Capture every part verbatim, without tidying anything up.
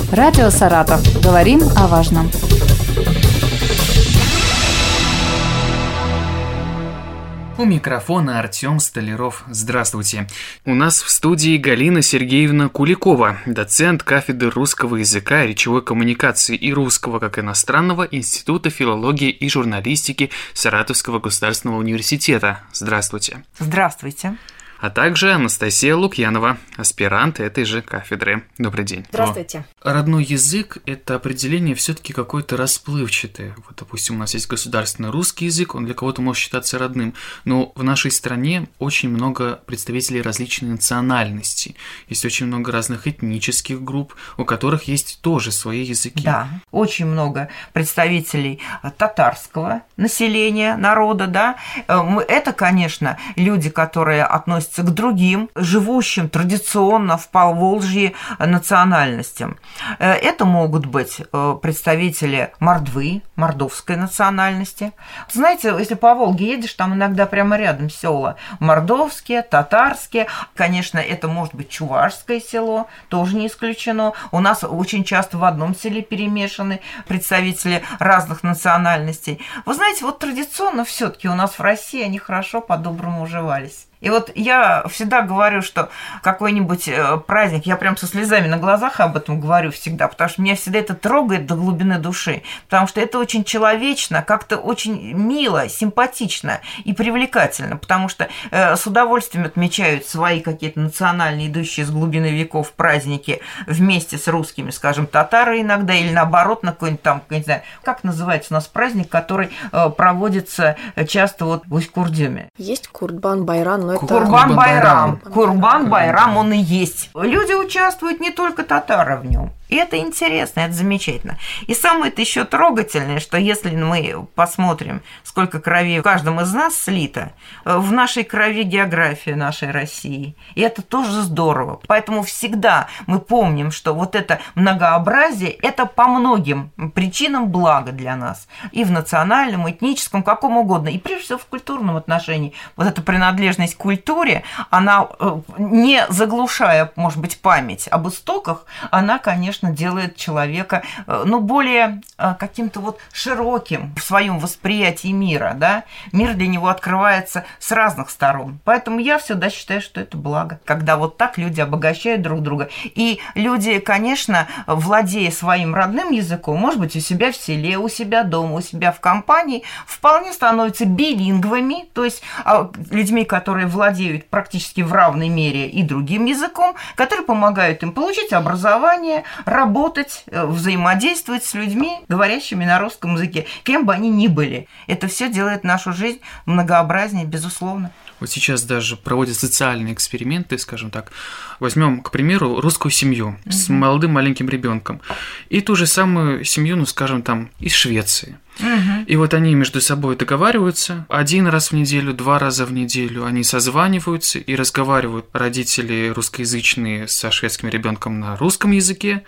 Радио «Саратов». Говорим о важном. У микрофона Артем Столяров. Здравствуйте. У нас в студии Галина Сергеевна Куликова, доцент кафедры русского языка, речевой коммуникации и русского как иностранного Института филологии и журналистики Саратовского государственного университета. Здравствуйте. Здравствуйте. А также Анастасия Лукьянова, аспирант этой же кафедры. Добрый день. Здравствуйте. Родной язык – это определение все-таки какое-то расплывчатое. Вот, допустим, у нас есть государственный русский язык, он для кого-то может считаться родным, но в нашей стране очень много представителей различной национальности. Есть очень много разных этнических групп, у которых есть тоже свои языки. Да, очень много представителей татарского населения, народа, да. Это, конечно, люди, которые относятся к другим, живущим традиционно в Поволжье национальностям. Это могут быть представители мордвы, мордовской национальности. Знаете, если по Волге едешь, там иногда прямо рядом села мордовские, татарские. Конечно, это может быть чувашское село, тоже не исключено. У нас очень часто в одном селе перемешаны представители разных национальностей. Вы знаете, вот традиционно все-таки у нас в России они хорошо по-доброму уживались. И вот я всегда говорю, что какой-нибудь праздник, я прям со слезами на глазах об этом говорю всегда, потому что меня всегда это трогает до глубины души, потому что это очень человечно, как-то очень мило, симпатично и привлекательно, потому что с удовольствием отмечают свои какие-то национальные, идущие с глубины веков праздники вместе с русскими, скажем, татары иногда, или наоборот, на какой-нибудь там, не знаю, как называется у нас праздник, который проводится часто вот в Усть-Курдюме. Есть Курбан-Байрам, но Курбан-Байрам. Курбан-Байрам, он и есть. Люди участвуют, не только татары в нем. И это интересно, это замечательно. И самое-то еще трогательное, что если мы посмотрим, сколько крови в каждом из нас слито, в нашей крови география нашей России. И это тоже здорово. Поэтому всегда мы помним, что вот это многообразие, это по многим причинам благо для нас. И в национальном, этническом, каком угодно. И прежде всего в культурном отношении. Вот эта принадлежность к культуре, она, не заглушая, может быть, память об истоках, она, конечно, делает человека, ну, более каким-то вот широким в своем восприятии мира, да. Мир для него открывается с разных сторон. Поэтому я всегда считаю, что это благо, когда вот так люди обогащают друг друга. И люди, конечно, владея своим родным языком, может быть, у себя в селе, у себя дома, у себя в компании, вполне становятся билингвами, то есть людьми, которые владеют практически в равной мере и другим языком, которые помогают им получить образование, работать, взаимодействовать с людьми, говорящими на русском языке, кем бы они ни были. Это все делает нашу жизнь многообразнее, безусловно. Вот сейчас даже проводят социальные эксперименты, скажем так. Возьмем, к примеру, русскую семью mm-hmm. с молодым маленьким ребенком и ту же самую семью, ну, скажем, там, из Швеции. Угу. И вот они между собой договариваются один раз в неделю, два раза в неделю, они созваниваются и разговаривают, родители русскоязычные со шведским ребенком на русском языке,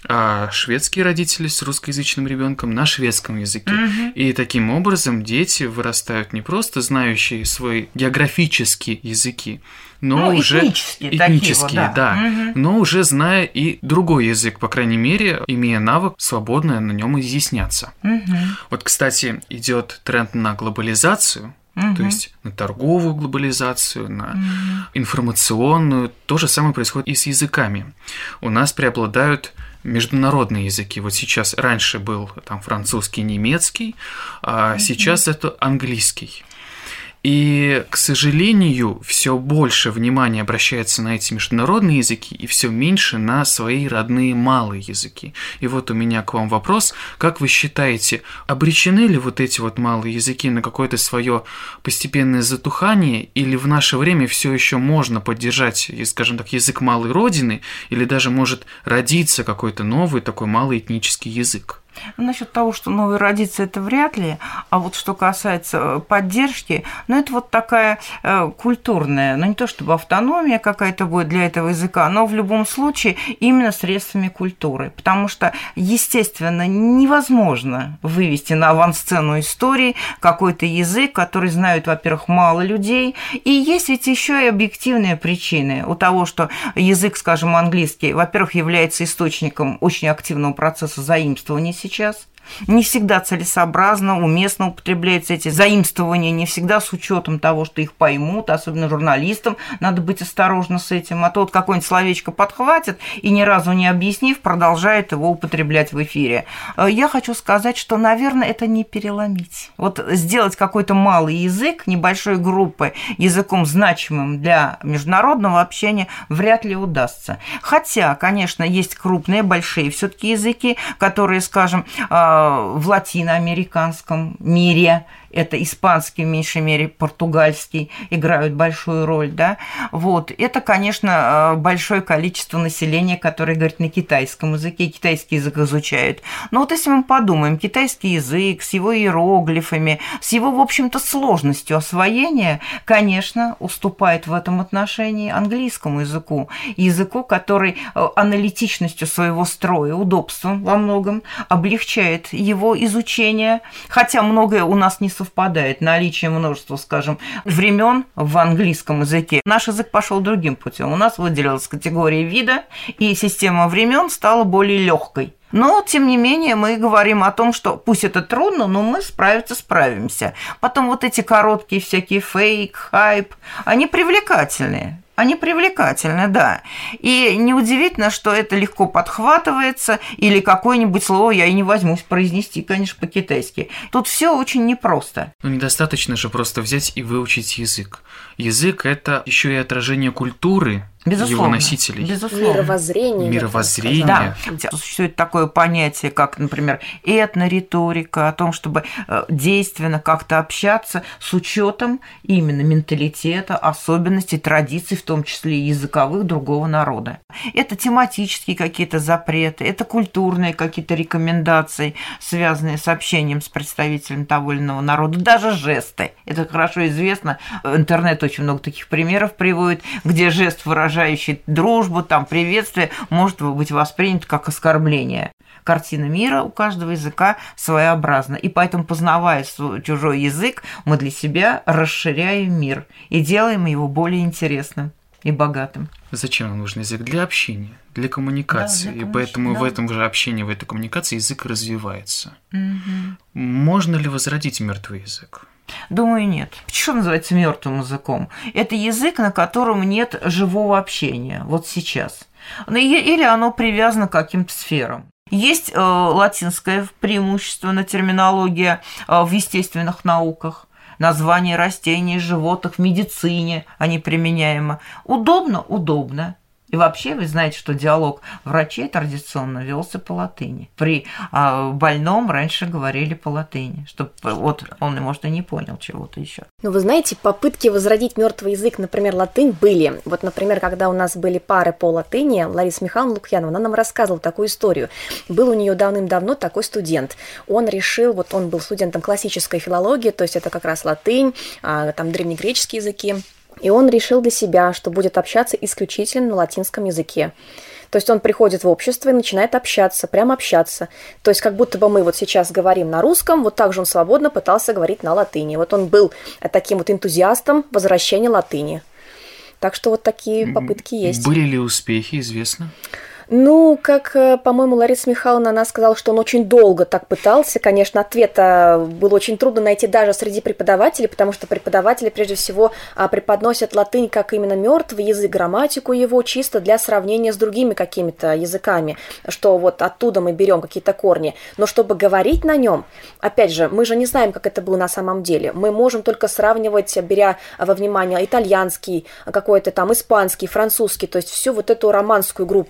а шведские родители с русскоязычным ребенком на шведском языке. Угу. И таким образом дети вырастают не просто знающие свои географические языки, но ну, уже этнические, этнические, такие вот, да, да угу. но уже зная и другой язык, по крайней мере, имея навык свободно на нем изъясняться. Угу. Вот, кстати, идет тренд на глобализацию, угу. то есть на торговую глобализацию, на угу. информационную. То же самое происходит и с языками. У нас преобладают международные языки. Вот сейчас раньше был там французский, немецкий, а угу. сейчас это английский. И, к сожалению, все больше внимания обращается на эти международные языки и все меньше на свои родные малые языки. И вот у меня к вам вопрос. Как вы считаете, обречены ли вот эти вот малые языки на какое-то свое постепенное затухание, или в наше время все еще можно поддержать, скажем так, язык малой родины, или даже может родиться какой-то новый такой малый этнический язык? Насчет того, что новый родится, это вряд ли. А вот что касается поддержки, ну, это вот такая э, культурная, ну, не то чтобы автономия какая-то будет для этого языка, но в любом случае именно средствами культуры. Потому что, естественно, невозможно вывести на авансцену истории какой-то язык, который знают, во-первых, мало людей. И есть ведь еще и объективные причины у того, что язык, скажем, английский, во-первых, является источником очень активного процесса заимствования сейчас. Не всегда целесообразно, уместно употребляются эти заимствования, не всегда с учетом того, что их поймут, особенно журналистам надо быть осторожно с этим, а то вот какое-нибудь словечко подхватит и ни разу не объяснив, продолжает его употреблять в эфире. Я хочу сказать, что, наверное, это не переломить. Вот сделать какой-то малый язык небольшой группы языком значимым для международного общения вряд ли удастся. Хотя, конечно, есть крупные, большие все-таки языки, которые, скажем, в латиноамериканском мире, это испанский, в меньшей мере португальский, играют большую роль, да, вот, это, конечно, большое количество населения, которое говорит на китайском языке, китайский язык изучают, но вот если мы подумаем, китайский язык с его иероглифами, с его, в общем-то, сложностью освоения, конечно, уступает в этом отношении английскому языку, языку, который аналитичностью своего строя, удобством во многом облегчает его изучение, хотя многое у нас не совпадает, наличие множества, скажем, времен в английском языке. Наш язык пошел другим путем. У нас выделилась категория вида, и система времен стала более легкой. Но, тем не менее, мы говорим о том, что пусть это трудно, но мы справиться справимся. Потом вот эти короткие всякие фейк, хайп, они привлекательные. Они привлекательны, да. И неудивительно, что это легко подхватывается, или какое-нибудь слово я и не возьмусь произнести, конечно, по-китайски. Тут все очень непросто. Ну, недостаточно же просто взять и выучить язык. Язык – это еще и отражение культуры, безусловно, его носителей. Безусловно. Мировоззрение. Мировоззрение. Да. Существует такое понятие, как, например, этнориторика, о том, чтобы действенно как-то общаться с учетом именно менталитета, особенностей, традиций, в том числе и языковых, другого народа. Это тематические какие-то запреты, это культурные какие-то рекомендации, связанные с общением с представителями того или иного народа, даже жесты. Это хорошо известно. Интернет очень много таких примеров приводит, где жест, выражающий дружбу, там, приветствие, может быть воспринят как оскорбление. Картина мира у каждого языка своеобразна. И поэтому, познавая чужой язык, мы для себя расширяем мир и делаем его более интересным и богатым. Зачем нам нужен язык? Для общения, для коммуникации. Да, для и поэтому да. в этом же общении, в этой коммуникации язык развивается. Угу. Можно ли возродить мертвый язык? Думаю, нет. Что называется мертвым языком? Это язык, на котором нет живого общения, вот сейчас. Или оно привязано к каким-то сферам. Есть э, латинское преимущественно терминология э, в естественных науках, названия растений, животных, в медицине они применяемы. Удобно? Удобно. И вообще, вы знаете, что диалог врачей традиционно велся по латыни. При а, больном раньше говорили по латыни, чтобы вот он, может, и не понял чего-то еще. Ну, вы знаете, попытки возродить мертвый язык, например, латынь, были. Вот, например, когда у нас были пары по латыни, Лариса Михайловна Лукьянова, она нам рассказывала такую историю. Был у нее давным-давно такой студент. Он решил, вот он был студентом классической филологии, то есть это как раз латынь, а, там древнегреческие языки. И он решил для себя, что будет общаться исключительно на латинском языке. То есть он приходит в общество и начинает общаться, прямо общаться. То есть как будто бы мы вот сейчас говорим на русском, вот так же он свободно пытался говорить на латыни. Вот он был таким вот энтузиастом возвращения латыни. Так что вот такие попытки есть. Были ли успехи, известно? Ну, как, по-моему, Лариса Михайловна, она сказала, что он очень долго так пытался. Конечно, ответа было очень трудно найти даже среди преподавателей, потому что преподаватели, прежде всего, преподносят латынь как именно мертвый язык, грамматику его, чисто для сравнения с другими какими-то языками, что вот оттуда мы берем какие-то корни. Но чтобы говорить на нем, опять же, мы же не знаем, как это было на самом деле. Мы можем только сравнивать, беря во внимание итальянский, какой-то там испанский, французский, то есть всю вот эту романскую группу.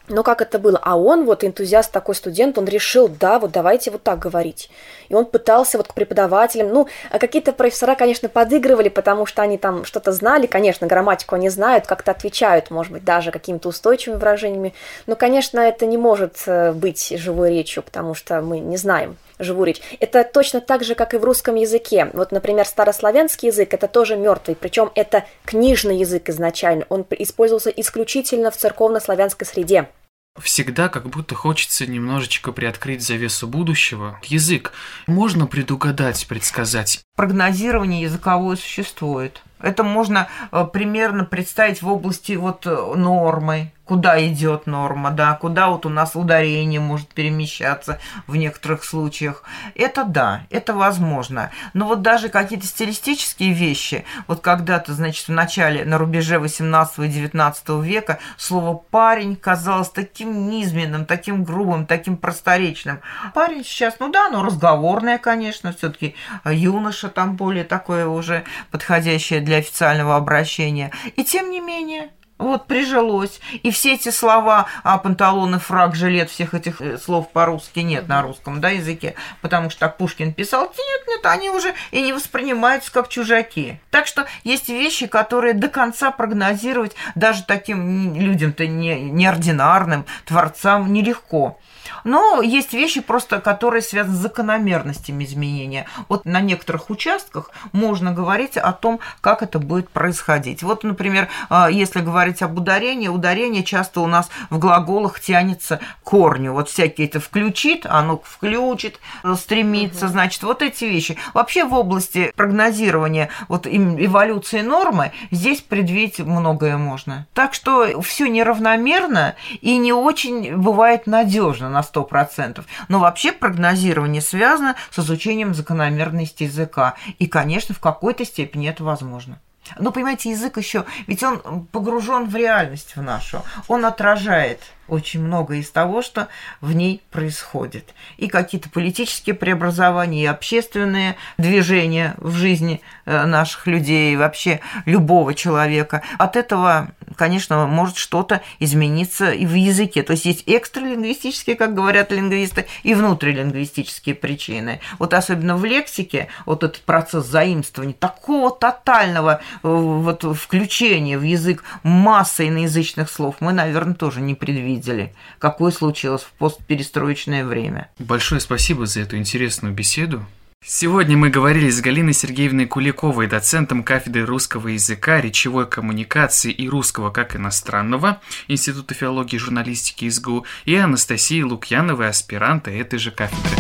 Но как это было? А он, вот энтузиаст, такой студент, он решил, да, вот давайте вот так говорить. И он пытался вот к преподавателям, ну, а какие-то профессора, конечно, подыгрывали, потому что они там что-то знали, конечно, грамматику они знают, как-то отвечают, может быть, даже какими-то устойчивыми выражениями. Но, конечно, это не может быть живой речью, потому что мы не знаем живую речь. Это точно так же, как и в русском языке. Вот, например, старославянский язык – это тоже мертвый, причем это книжный язык изначально, он использовался исключительно в церковно-славянской среде. Всегда как будто хочется немножечко приоткрыть завесу будущего. Язык можно предугадать, предсказать. Прогнозирование языковое существует. Это можно э, примерно представить в области вот нормы, куда идет норма, да, куда вот у нас ударение может перемещаться в некоторых случаях. Это да, это возможно. Но вот даже какие-то стилистические вещи, вот когда-то, значит, в начале, на рубеже восемнадцатого и девятнадцатого века слово «парень» казалось таким низменным, таким грубым, таким просторечным. Парень сейчас, ну да, оно разговорное, конечно, все-таки юноша там более такое уже подходящее для официального обращения. И тем не менее, вот прижилось. И все эти слова, а панталоны, фрак, жилет, всех этих слов по-русски нет на русском, да, языке, потому что так Пушкин писал, нет, нет, они уже и не воспринимаются как чужаки. Так что есть вещи, которые до конца прогнозировать даже таким людям-то не, неординарным, творцам нелегко. Но есть вещи просто, которые связаны с закономерностями изменения. Вот на некоторых участках можно говорить о том, как это будет происходить. Вот, например, если говорить об ударении, ударение часто у нас в глаголах тянется к корню. Вот всякие это включит, оно включит, стремится, угу. Значит, вот эти вещи. Вообще в области прогнозирования вот эволюции нормы здесь предвидеть многое можно. Так что все неравномерно и не очень бывает надежно на сто процентов. Но вообще прогнозирование связано с изучением закономерности языка. И, конечно, в какой-то степени это возможно. Но, понимаете, язык еще, ведь он погружен в реальность в нашу. Он отражает очень многое из того, что в ней происходит. И какие-то политические преобразования, и общественные движения в жизни наших людей, и вообще любого человека. От этого, конечно, может что-то измениться и в языке. То есть есть экстралингвистические, как говорят лингвисты, и внутрилингвистические причины. Вот особенно в лексике вот этот процесс заимствования, такого тотального вот включения в язык массы иноязычных слов мы, наверное, тоже не предвидели. Какое случилось в постперестроечное время. Большое спасибо за эту интересную беседу. Сегодня мы говорили с Галиной Сергеевной Куликовой, доцентом кафедры русского языка, речевой коммуникации и русского как иностранного Института филологии и журналистики ИСГУ, и Анастасией Лукьяновой, аспиранта этой же кафедры.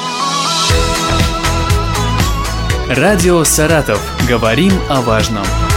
Радио «Саратов». Говорим о важном.